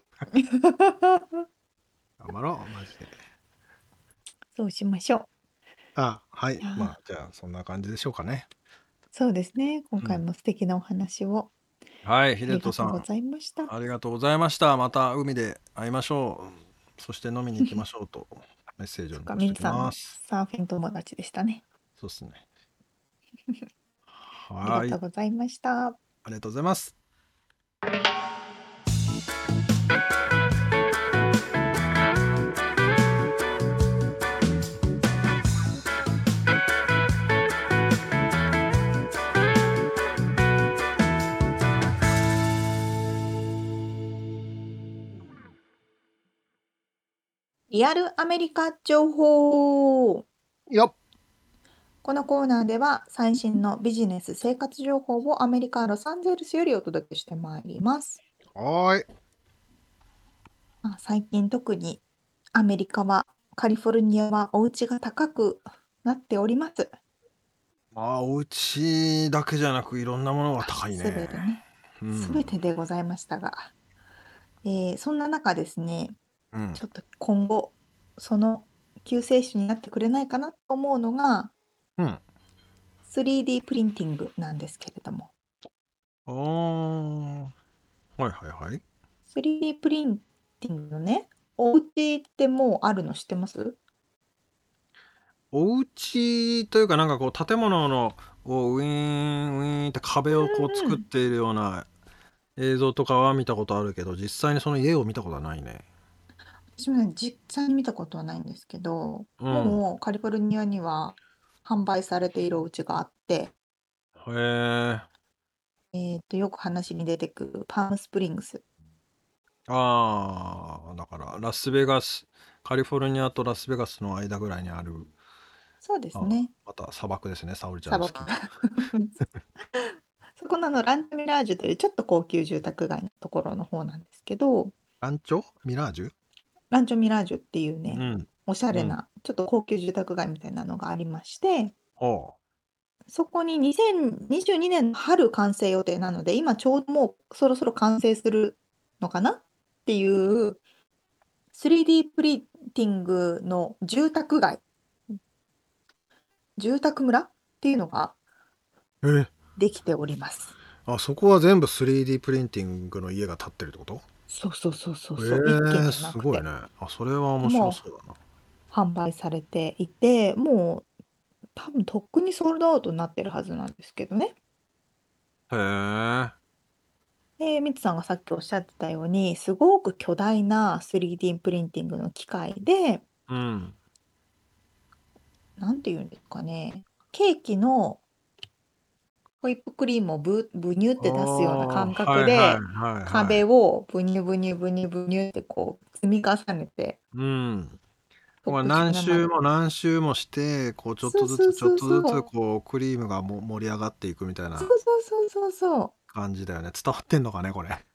S3: 頑張ろうマジで。
S1: そうしましょう。
S3: はい。
S1: いやー、
S3: まあじゃあそんな感じでしょうかね。
S1: そうですね。今
S3: うん。
S1: 回も素敵なお話を
S3: はい、秀
S1: あり
S3: 人さん、
S1: がとうございました。
S3: ありがとうございました。また海で会いましょう。そして飲みに行きましょうとメッセージを
S1: そっか、
S3: 残しておき
S1: みんさんの
S3: ます。
S1: サーフィン友達でしたね。
S3: そうですね。
S1: ありが
S3: はい、
S1: とうございました。
S3: ありがとうございます。
S1: リアルアメリカ情報。
S3: よっ。
S1: このコーナーでは最新のビジネス生活情報をアメリカ・ロサンゼルスよりお届けしてまいります。
S3: はーい。
S1: 最近特にアメリカはカリフォルニアはお家が高くなっております。
S3: まあお家だけじゃなくいろんなものが高い
S1: すべ
S3: ね。
S1: てね、すべ
S3: うん。
S1: てでございましたが、そんな中ですね、
S3: うん。
S1: ちょっと今後その救世主になってくれないかなと思うのが
S3: うん。
S1: 3D プリンティングなんですけれども、
S3: はいはいはい。
S1: 3D プリンティングのね、お家ってもうあるの知ってます？
S3: お家というかなんかこう建物のウィーンウィーンって壁をこう作っ
S1: うんうん。
S3: ているような映像とかは見たことあるけど、実際にその家を見たことはないね。
S1: 私もね、実際に見たことはないんですけど、
S3: うん。
S1: もうカリフォルニアには販売されているお家があって、
S3: へえ。
S1: よく話に出てくるパームスプリングス。
S3: だからラスベガス、カリフォルニアとラスベガスの間ぐらいにある、
S1: そうですね。
S3: また砂漠ですね、沙織ちゃん
S1: 砂漠。
S3: の好きな。
S1: そこのランチミラージュというちょっと高級住宅街のところの方なんですけど、
S3: ランチョミラージュ。
S1: ランチョミラージュっていうね、
S3: うん。
S1: おしゃ
S3: うん。
S1: れな、ちょっと高級住宅街みたいなのがありまして、
S3: ほ
S1: そこに2022年の春完成予定なので、今ちょうどもうそろそろ完成するのかなっていう 3D プリンティングの住宅街、住宅村っていうのが
S3: う。
S1: できております。
S3: そこは全部 3D プリンティングの家が建ってるってこと？
S1: そうそうそうそうそう、一軒じゃなくて。
S3: すごいね。それは面白
S1: も
S3: そうだ
S1: う販売されていて、もう多分とっくにソールドアウトになってるはずなんですけどね。
S3: な。 うん。
S1: なんていうんですかね、ケーキのホイップクリームをブニュって出すような感
S3: はいはい
S1: 覚で、
S3: はいは
S1: 壁
S3: い。
S1: をブニュブニュブニュブニュってこう積み重ねて、
S3: うん。
S1: トップ
S3: 何
S1: 下まで。
S3: 周も何周もして、こうちょっ
S1: そう
S3: とずつちょっ
S1: そうそう
S3: とずつ
S1: そう。
S3: こうクリームが盛り上がっていくみたい
S1: そう
S3: な
S1: そうそうそうそう。
S3: 感じだよね。伝わってんのかね、これ。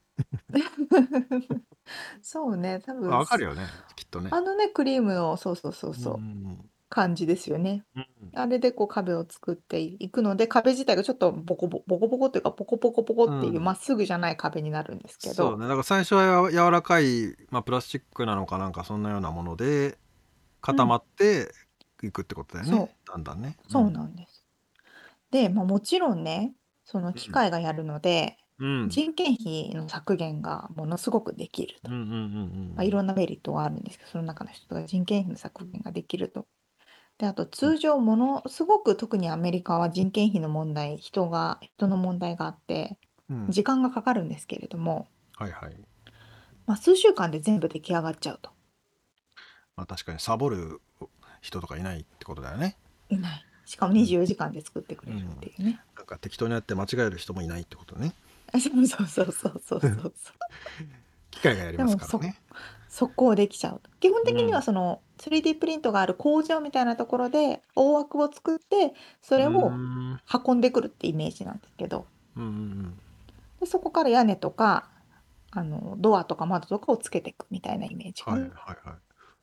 S1: そうね、多分
S3: わかるよね、きっとね。
S1: あのね、クリームの、そうそうそう
S3: う
S1: そう、
S3: ん。
S1: 感じですよね。
S3: うん。
S1: あれでこう壁を作っていくので、壁自体がちょっとボコボコっていうか、ポコポコポコ
S3: う
S1: っていうま
S3: ん。
S1: っすぐじゃない壁になるんですけど、
S3: そうね。だから最初は柔らかい、プラスチックなのかなんかそんなようなもので固ま
S1: うん、
S3: っていくってことだよね。
S1: そう、
S3: だんだんね。う
S1: そう
S3: ん。
S1: なんです。で、もちろんね、 その機
S3: うん。
S1: 械がやるので、
S3: うん。
S1: 人件費の削減がものすごくできると。
S3: うんうんうん
S1: いろんなメリットがあるんですけど、その中の一つが人件費の削減ができると。で、あと
S3: うん。
S1: 通常ものすごく特にアメリカは人件費の問題、人の問題があって、
S3: うん。
S1: 時間がかかるんですけれども、
S3: はいはい。
S1: 数週間で全部出来上がっちゃうと。
S3: まあ確かにサボる人とかいないってことだよね。
S1: いない。しかも
S3: うん。
S1: 24時間で作ってくれるっ
S3: うん。
S1: ていうね。
S3: なんか適当にやって間違える人もいないってことね。
S1: そうそうそうそうそうそうそう。
S3: 機械がやり
S1: でも
S3: ますからね。
S1: 速攻できちゃうと。基本的には
S3: うん。
S1: その 3D プリントがある工場みたいなところで大枠を作って、そ
S3: うー
S1: れを
S3: ん。
S1: 運んでくるってイメージなんですけど、
S3: うんうん
S1: でそこから屋根とかドアとか窓とかをつけていくみたいなイメージ
S3: はいは
S1: かな。
S3: いはい。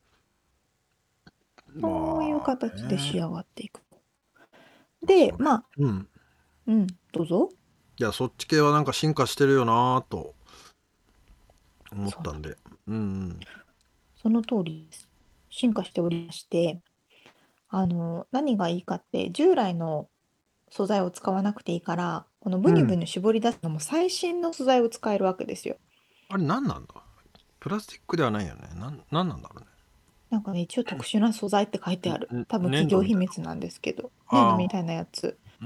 S1: そういう
S3: まあ
S1: 形で仕
S3: ね。
S1: 上がっていく。で、
S3: それ。うん。
S1: どうぞ。
S3: いや、そっち系はなんか進化してるよなぁと思っ
S1: そうなの。
S3: たんで。うんうん。
S1: その通りです。進化しておりまして、何がいいかって、従来の素材を使わなくていいから、このブ
S3: うん。
S1: ニブニ絞り出すのも最新の素材を使えるわけですよ。
S3: あれ何なんだ？プラスチックではないよね。なんなんだろうね。
S1: なんかね、一応特殊な素材って書いてある。多分企業
S3: 粘土みたい
S1: 秘密なんですけど、
S3: な。ああ。
S1: 粘土みたいなやつ。
S3: うん。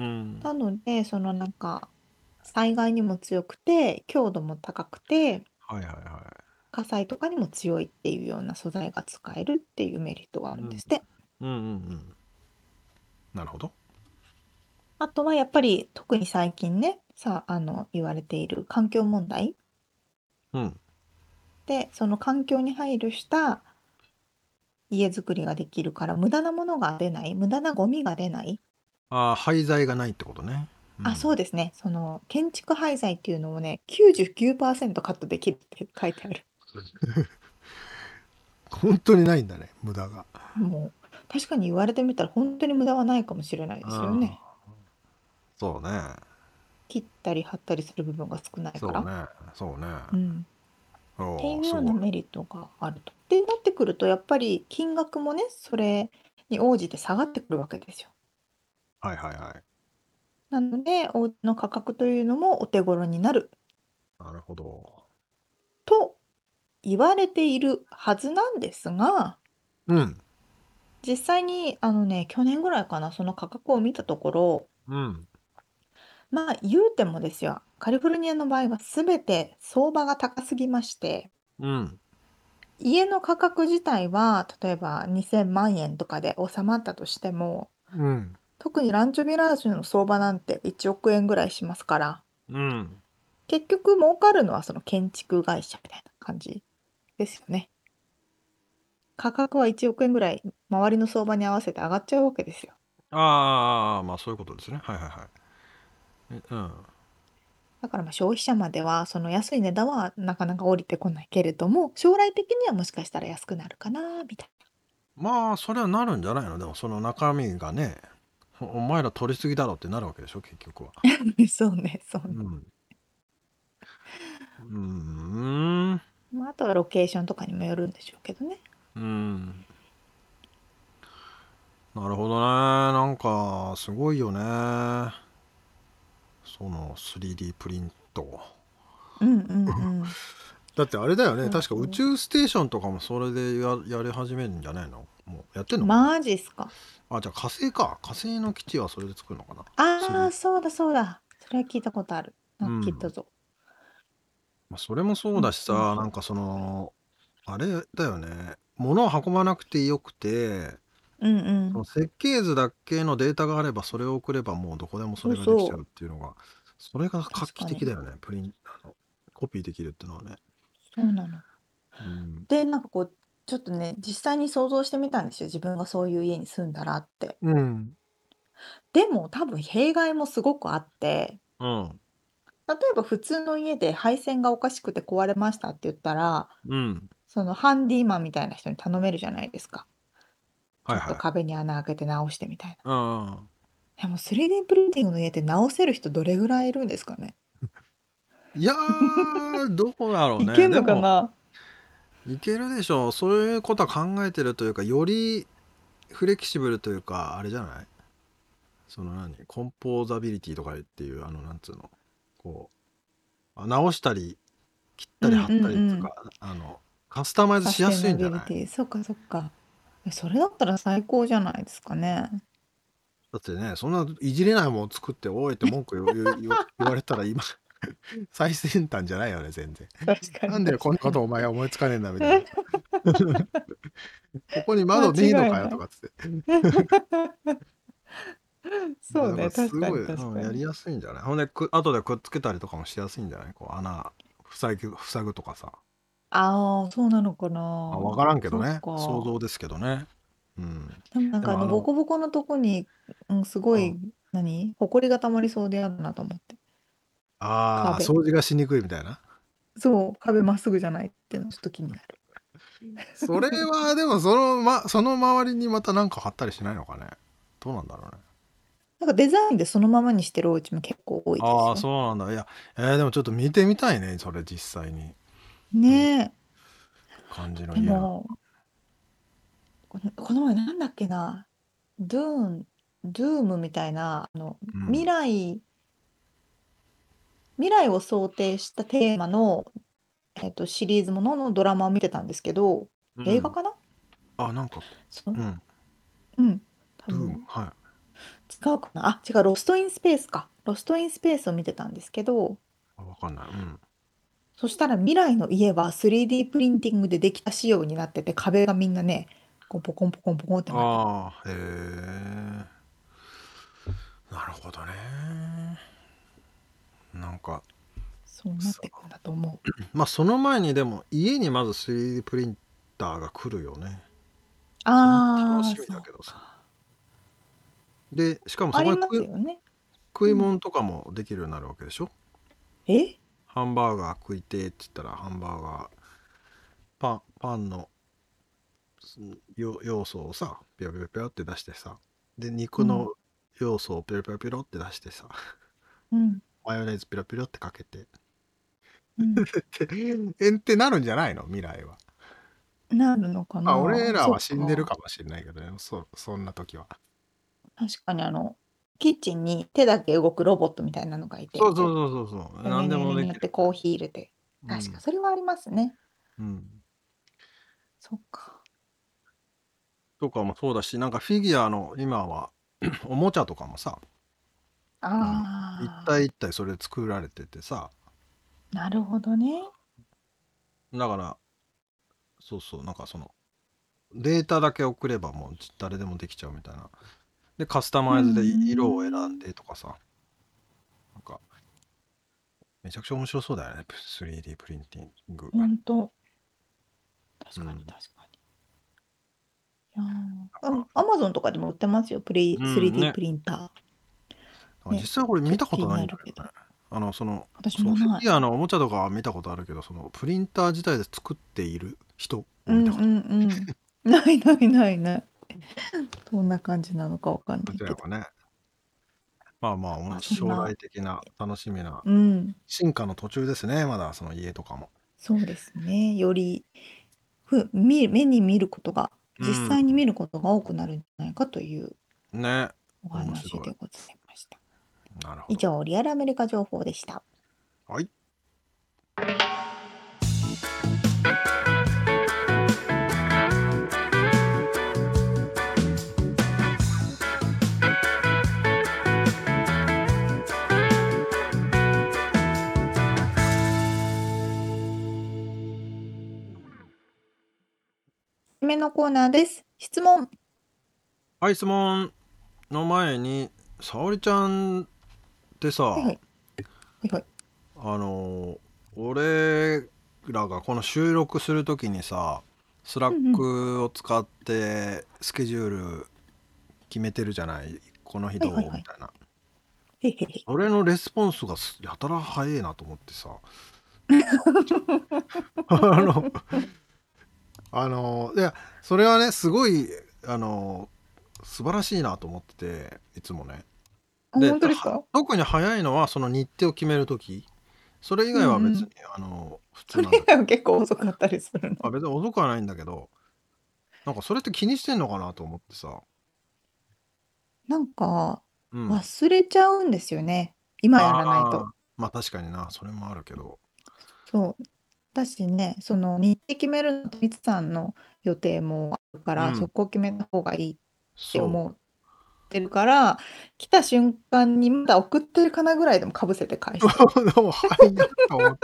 S1: なので、そのなんか、災害にも強くて、強度も高くて、
S3: はいはいは
S1: 火災とかにも強いっていうような素材が使えるっていうメリットがあ
S3: い。うん。
S1: るんですって。
S3: うんうんうん。なるほど。
S1: あとはやっぱり特に最近ね、言われている環境問題
S3: うん。
S1: で、その環境に配慮した家づくりができるから無駄なものが出ない、無駄なゴミが出ない。
S3: ああ、廃材がないってことね。う
S1: あ、そう
S3: ん。
S1: ですね。その建築廃材っていうのをね、99%カットできるって書いてある。
S3: 本当にないんだね、無駄が。
S1: もう、確かに言われてみたら本当に無駄はないかもしれないですよね。
S3: ああ、そうね。
S1: 切ったり貼ったりする部分が少ないから。
S3: そうね。そうね。
S1: うん。って
S3: おお、
S1: いうよう
S3: すごい。
S1: なメリットがあると。で、なってくると、やっぱり金額もね、それに応じて下がってくるわけですよ。
S3: はいはいはい。
S1: なので、お家の価格というのもお手頃になる
S3: なるほど。
S1: と言われているはずなんですが、
S3: うん。
S1: 実際に去年ぐらいかな、その価格を見たところ、
S3: うん。
S1: 言うてもですよ、カリフォルニアの場合は全て相場が高すぎまして、
S3: うん。
S1: 家の価格自体は例えば2000万円とかで収まったとしても、
S3: うん。
S1: 特にランチョビラージュの相場なんて1億円ぐらいしますから、
S3: うん。
S1: 結局儲かるのはその建築会社みたいな感じですよね。価格は1億円ぐらい周りの相場に合わせて上がっちゃうわけですよ。
S3: ああ、まあそういうことですね。はいはいはい。うん。
S1: だから消費者まではその安い値段はなかなか降りてこないけれども、将来的にはもしかしたら安くなるかなみたい
S3: まあ、それはなるんじゃないの？でもその中身がね、お前ら取りすぎだろってなるわけでしょ、結局は。
S1: な。そうね、そうね。
S3: うん。うーん。
S1: あとはロケーションとかにもよるんでしょうけどね。
S3: うん。なるほどね。なんか、すごいよね。その 3D プリント。
S1: うんうんうん。
S3: だってあれだよね。
S1: そう
S3: 確か宇
S1: そう。
S3: 宙ステーションとかもそれでやり始めるんじゃないの？もうやってんのかな？
S1: マジっすか。
S3: あ、じゃあ火星か。火星の基地はそれで作るのかな？
S1: ああ、そうだそうだ。それは聞いたことある。なんか聞いた
S3: うん。
S1: ぞ。
S3: まあ、それもそう
S1: そう
S3: だしさ、なん
S1: そうそ
S3: かその、あれだよね。物を運ばなくてよくて、
S1: う。うんうん。
S3: その設計図だけのデータがあれば、それを送ればもうどこでもそ
S1: そう
S3: れができちゃうっ
S1: そう。
S3: ていうのが、それが画期
S1: 確かに。
S3: 的だよね。コピーできるっていうのはね。
S1: そうなの。
S3: うん。
S1: で、なんかこう、ちょっとね、実際に想像してみたんですよ。自分がそういう家に住んだらって。
S3: うん。
S1: でも多分弊害もすごくあって、
S3: うん。
S1: 例えば普通の家で配線がおかしくて壊れましたって言ったら、
S3: うん。
S1: そのハンディーマンみたいな人に頼めるじゃないですか。ちょっと
S3: はいはい。
S1: 壁に穴開けて直してみたいな。
S3: うん。
S1: でも 3D プリンティングの家って直せる人どれぐらいいるんですかね。
S3: いやー、どこだろうね。
S1: いけんのか
S3: でも、
S1: な。
S3: いけるでしょう。そういうことは考えてるというか、よりフレキシブルというか、あれじゃない？ コンポーザビリティとかっていう、なんつうの、こ直したり切ったり貼ったりとか、カスタマイズしやすいんじゃない？
S1: そっかそっか。それだったら最高じゃないですかね。
S3: だってね、そんないじれないもん作って、おいって文句言われたら今、最先端じゃないよね、全然。
S1: 確かに
S3: なんでこんなことお前は思いつかねえんだみたいな。ここに窓ねえのかよとかっつって。
S1: そうね、
S3: す
S1: 確か
S3: ごい、
S1: に確か
S3: やり
S1: に。
S3: やすいんじゃない？ほんで後でくっつけたりとかもしやすいんじゃない？穴塞ぐとかさ。
S1: ああ、そうなのか
S3: わ
S1: な。
S3: からんけどね。
S1: そっか。
S3: 想像ですけどね。うん。
S1: でも
S3: でも
S1: ボコボコのとこに、すご
S3: うん
S1: い、ほこりがたまりそうで嫌だなと思って。壁。
S3: 掃除がしにくいみたいな。
S1: そう、壁まっすぐじゃないってのちょっと気になる。
S3: それはでもその周りにまたなんか貼ったりしないのかね。どうなんだろうね。
S1: なんかデザインでそのままにしてるお家も結構多いですよ。
S3: そうなんだ。いや、でもちょっと見てみたいね、それ実際に。
S1: ねえ。
S3: 感じの
S1: で
S3: 家な。
S1: も、この前なんだっけな、ドゥームみたいな、未来を想定したテーマの、シリーズもののドラマを見てたんですけど、映画かな。
S3: なんか、
S1: そ
S3: うん。
S1: 多分
S3: はい。
S1: 違うかな。違う、ロストインスペースか。ロストインスペースを見てたんですけど、
S3: わかんない。
S1: そしたら未来の家は 3D プリンティングでできた仕様になってて、壁がみんなね、こうポコンポコンポコンってなってる。
S3: へえ。なるほどね。なんか、
S1: そうなってくんだと思う。
S3: その前にでも家にまず 3D プリンターが来るよね。それ楽しみ
S1: そう
S3: だけどさ。
S1: か。
S3: で、しかも
S1: あり
S3: そこに
S1: ますよね。
S3: 食い物とかもできるようになるわけでしょ。
S1: え
S3: ハンバーガー食いてって言ったらハンバーガーパンの要素をさピロピロピロって出してさ、で肉の要素をピロピロピロって出してさ、マヨネーズピロピロってかけてってなるんじゃないの？未来は。
S1: なるのかな。
S3: 俺らは死んでる
S1: か。
S3: かもしれないけどね、そんな時は。
S1: 確かにキッチンに手だけ動くロボットみたいなのがいて、
S3: そう何でもできる。
S1: やってコーヒー入れて。確かそれはありますね。そっか。
S3: とかもそうだし、なんかフィギュアの今はおもちゃとかもさ、一体一体それ作られててさ。
S1: なるほどね。
S3: だからなんかデータだけ送ればもう誰でもできちゃうみたいな。でカスタマイズで色を選んでとかさ、なんかめちゃくちゃ面白そうだよね、 3D プリンティング。
S1: 本当。確かに確かに。アマゾンとかでも売ってますよ、3D プリンター。
S3: 実際これ見たことないんだけどね。
S1: 私もない。
S3: フィギュアのおもちゃとかは見たことあるけど、プリンター自体で作っている人を見たことない。
S1: ない。どんな感じなのかわかんないけど。
S3: 将来的な楽しみな進化の途中ですね、まだその家とかも。
S1: そうですね。より目に見ることが、実際に見ることが多くなるんじゃないかというお話でございました。
S3: なるほど。
S1: 以上、リアルアメリカ情報でした。
S3: はい。
S1: 目のコーナーです。質問。
S3: はい、質問の前に、沙織ちゃんってさ、俺らがこの収録するときにさ、スラックを使ってスケジュール決めてるじゃない、この日どうみたいな。それのレスポンスがやたら早いなと思ってさいやそれはねすごい素晴らしいなと思ってて、いつもね。
S1: で本当ですか？
S3: 特に早いのはその日程を決めるとき。それ以外は別に、普通なんだけど。
S1: それ以外は結構遅かったりするの。
S3: 別に遅くはないんだけど、なんかそれって気にしてんのかなと思ってさ。
S1: なんか忘れちゃうんですよね。今やらないと。
S3: まあ確かにな、それもあるけど。
S1: そう。だしね、その日程決めるのと、みつさんの予定もあるから、そこ決めた方がいいって
S3: そ
S1: 思ってるから、来た瞬間にまだ送ってるかなぐらいでもかぶせて返してる。
S3: もうはいやと思って。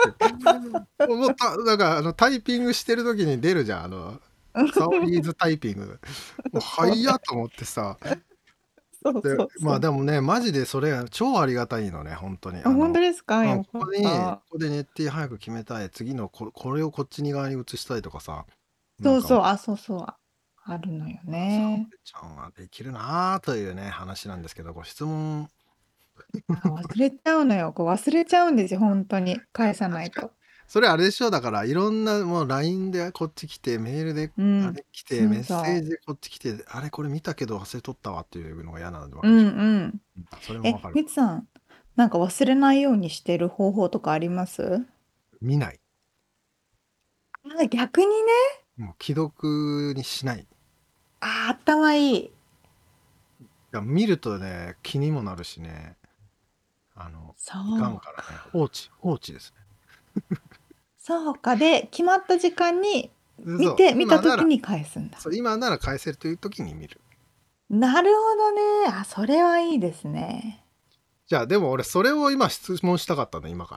S3: もうなんかタイピングしてる時に出るじゃん、サオリーズタイピング。もうはいやと思ってさ。
S1: そう
S3: で、
S1: そうそう。
S3: まあでもね、マジでそれ超ありがたいのね、本当に。
S1: 本当ですか？
S3: こ
S1: よかっ
S3: こ
S1: た。
S3: で日程早く決めたい、次のこれをこっちに側に移したいとかさ、なんか、
S1: そうそう、あ、そうそう、あるのよ
S3: 沙
S1: ね。
S3: 織ちゃんはできるなあというね、話なんですけど、ご質問。
S1: 忘れちゃうのよ。忘れちゃうんですよ、本当に。返さないと。
S3: それあれでしょ、だからいろんなもう LINE でこっち来て、メールであれ来て、メッセージでこっち来て、あれこれ見たけど忘れとったわっていうのが嫌なわけでしょ。それもわかる。
S1: みつさん、なんか忘れないようにしてる方法とかあります？
S3: 見ない。
S1: 逆にね。
S3: もう既読にしない。
S1: 頭いい。
S3: 見るとね、気にもなるしね、いかんからね、放置ですね。
S1: そうか。で、決まった時間に見た時に返すんだ。
S3: そう、今なら返せるという時に見る。
S1: なるほどね。それはいいですね。
S3: じゃあでも俺それを今質問したかったの、今から。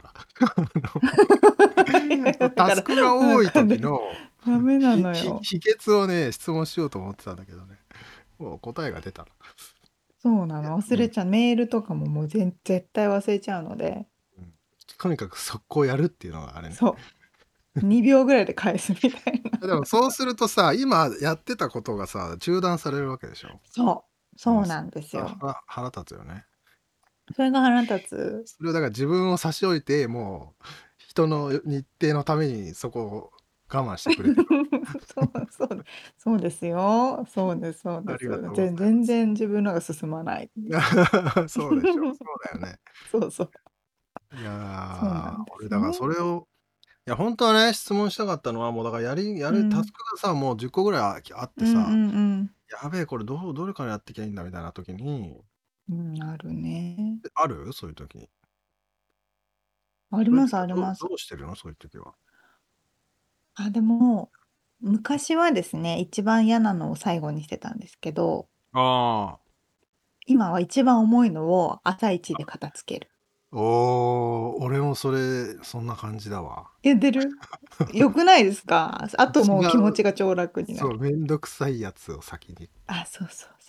S3: タスクが多い時の
S1: ダメなのよ。
S3: 秘訣をね、質問しようと思ってたんだけどね。もう答えが出た。
S1: そうなの。忘れちゃう。メールとかも絶対忘れちゃうので。
S3: とにかく速攻やるっていうのがあれね。
S1: そう。2秒ぐらいで返すみたいな。
S3: でもそうするとさ、今やってたことがさ、中断されるわけでしょ。
S1: そうなんですよ。
S3: 腹立つよね。
S1: それが腹立つ。
S3: それをだから自分を差し置いて、もう人の日程のためにそこを我慢してくれてる。
S1: そうですよ。そうです。全然自分のが進まない。
S3: そうでしょ。そうだよね。
S1: そうそう。
S3: いや
S1: そう
S3: 俺だからそれを、いや本当はね、質問したかったのは、もうだからやるタスクがさ、もう10個ぐらいあってさ、やべえ、これどれからやってきゃいいんだみたいな時に、
S1: あるね。
S3: あるそういう時。
S1: あります、あります。
S3: どうしてるのそういう時は。
S1: でも、昔はですね、一番嫌なのを最後にしてたんですけど、今は一番重いのを朝一で片付ける。
S3: 俺もそんな感じだわ。
S1: 出るよくないですか？あともう気持ちが超楽になる。
S3: そう、めんどくさいやつを先に。
S1: そうそうそう。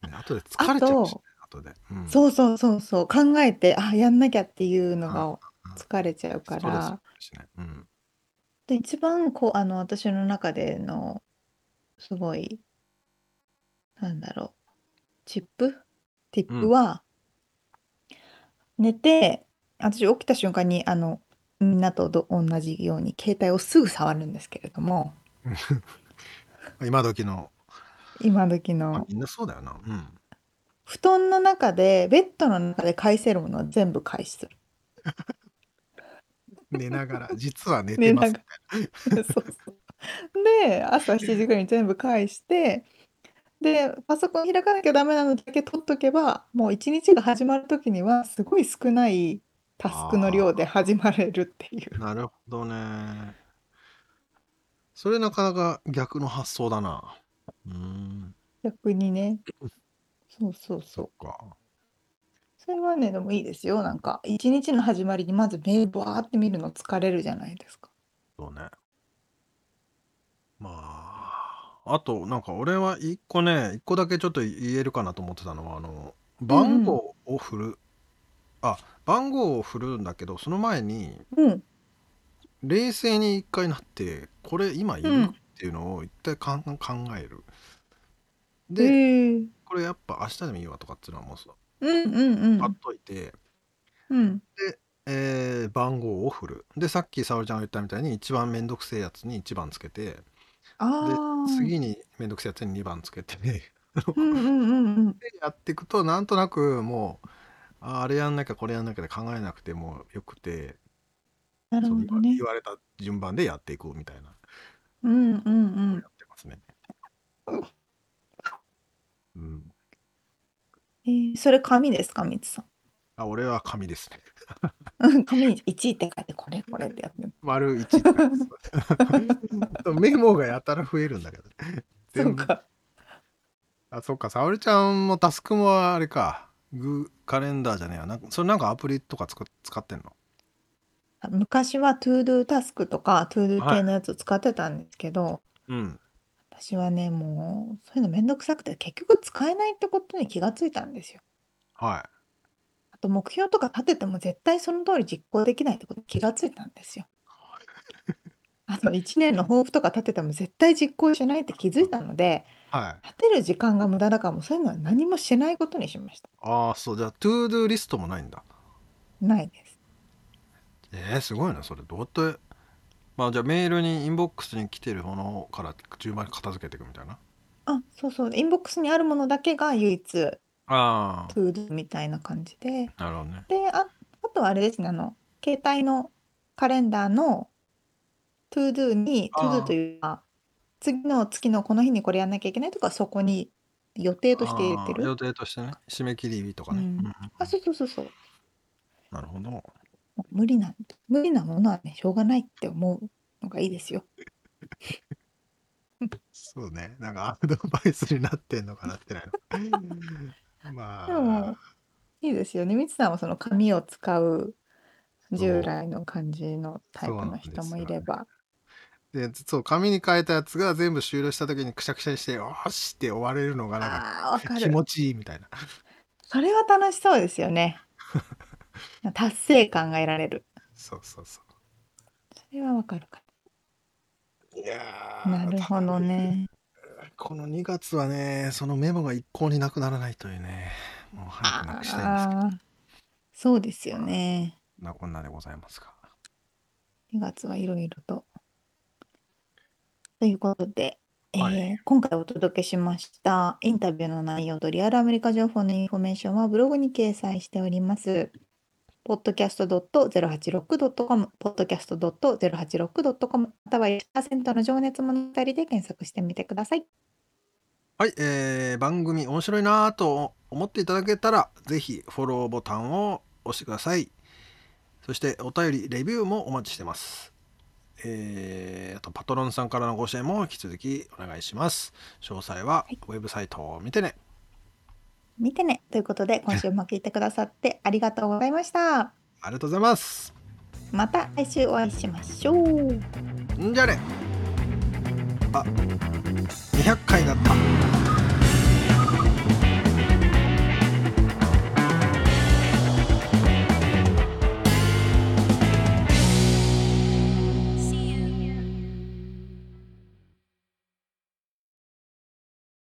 S3: 後で疲れちゃうしね、後で。
S1: そうそう。考えて、やんなきゃっていうのが疲れちゃうから。で、一番私の中でのすごい、なんだろう、ティップは、寝て、私起きた瞬間にみんなと同じように携帯をすぐ触るんですけれども、
S3: 今時の。
S1: みん
S3: なそうだよな。
S1: 布団の中で、ベッドの中で返せるものは全部返する。
S3: 寝ながら、実は寝てます。
S1: そう。で、朝7時ぐらいに全部返して、で、パソコン開かなきゃダメなのだけ取っとけば、もう一日が始まる時にはすごい少ないタスクの量で始まれるっていう。
S3: なるほどね。それなかなか逆の発想だな。
S1: 逆にね。そう。
S3: そっか。
S1: それはね、でもいいですよ。なんか、一日の始まりにまずメールバーって見るの疲れるじゃないですか。
S3: そうね。まあ、あと、なんか俺は一個だけちょっと言えるかなと思ってたのは、番号を振る。番号を振るんだけど、その前に、冷静に一回なって、これ今いるっていうのを一回考える。で、これやっぱ明日でもいいわとかっていうのはもうさ、貼っといて、で、番号を振る。で、さっき沙織ちゃんが言ったみたいに一番めんどくせえやつに1番つけて、で、次にめんどくせえやつに2番つけて、でやっていくと、なんとなくもう、あれやんなきゃこれやんなきゃで考えなくてもよくて、
S1: なるほどね。
S3: 言われた順番でやっていくみたいな。やってますね。
S1: それ紙ですか、みつさん。
S3: あ、俺は紙ですね。
S1: 紙に1って書いて、これってやってる。
S3: 丸1って書いてメモがやたら増えるんだけど。
S1: そうか。
S3: あ、そっか、沙織ちゃんもタスクもあれか。カレンダーじゃねえや。それなんかアプリとか使ってんの？
S1: 昔は ToDo タスクとか ToDo 系のやつを使ってたんですけど、
S3: うん。
S1: 私はね、もうそういうのめんどくさくて結局使えないってことに気がついたんですよ。
S3: はい。
S1: あと目標とか立てても絶対その通り実行できないってことに気がついたんですよ。あと1年の抱負とか立てても絶対実行しないって気づいたので、
S3: はい。
S1: 立てる時間が無駄だからもうそういうのは何もしないことにしました。
S3: ああ、そう。じゃあ、トゥードゥーリストもないんだ。
S1: ないです。
S3: すごいな、それ。どうやって。まあ、じゃあメールにインボックスに来てるものから順番に片付けていくみたいな。
S1: そうそう。インボックスにあるものだけが唯一
S3: ああ、
S1: ToDo みたいな感じで。
S3: なるほどね。
S1: で、あとはあれですね、携帯のカレンダーの ToDo に、ToDo というか、次の月のこの日にこれやんなきゃいけないとか、そこに予定として入れてる。
S3: 予定としてね、締め切り日とかね。
S1: そうそう。
S3: なるほど。
S1: 無理なものはね、しょうがないって思うのがいいですよ。
S3: そうね。なんかアドバイスになってんのかなってないの。まあ。
S1: でも、いいですよね。みつさんはその紙を使う従来の感じのタイプの人もいれば。
S3: で、そう、紙に書いたやつが全部終了した時にくしゃくしゃにして、よしって終われるのがなんか気持ちいいみたいな。
S1: それは楽しそうですよね。達成感が得られる。
S3: そうそうそう。
S1: それはわかるか
S3: いや
S1: なるほどね。
S3: この2月はね、そのメモが一向になくならないというね、もう早くなくしたいんですけど。
S1: そうですよね。
S3: こんなでございますか。
S1: 2月はいろいろと。ということで、
S3: はい、
S1: 今回お届けしましたインタビューの内容とリアルアメリカ情報のインフォメーションはブログに掲載しております。podcast.086.com、podcast.086.com、または 1% の情熱物語で検索してみてください。
S3: はい、番組面白いなと思っていただけたら、ぜひフォローボタンを押してください。そしてお便り、レビューもお待ちしてます。あとパトロンさんからのご支援も引き続きお願いします。詳細はウェブサイトを見てね。
S1: 見てね。ということで、今週も聞いてくださってありがとうございました。
S3: ありがとうございます。
S1: また来週お会いしましょう。
S3: じゃあね。200回だった。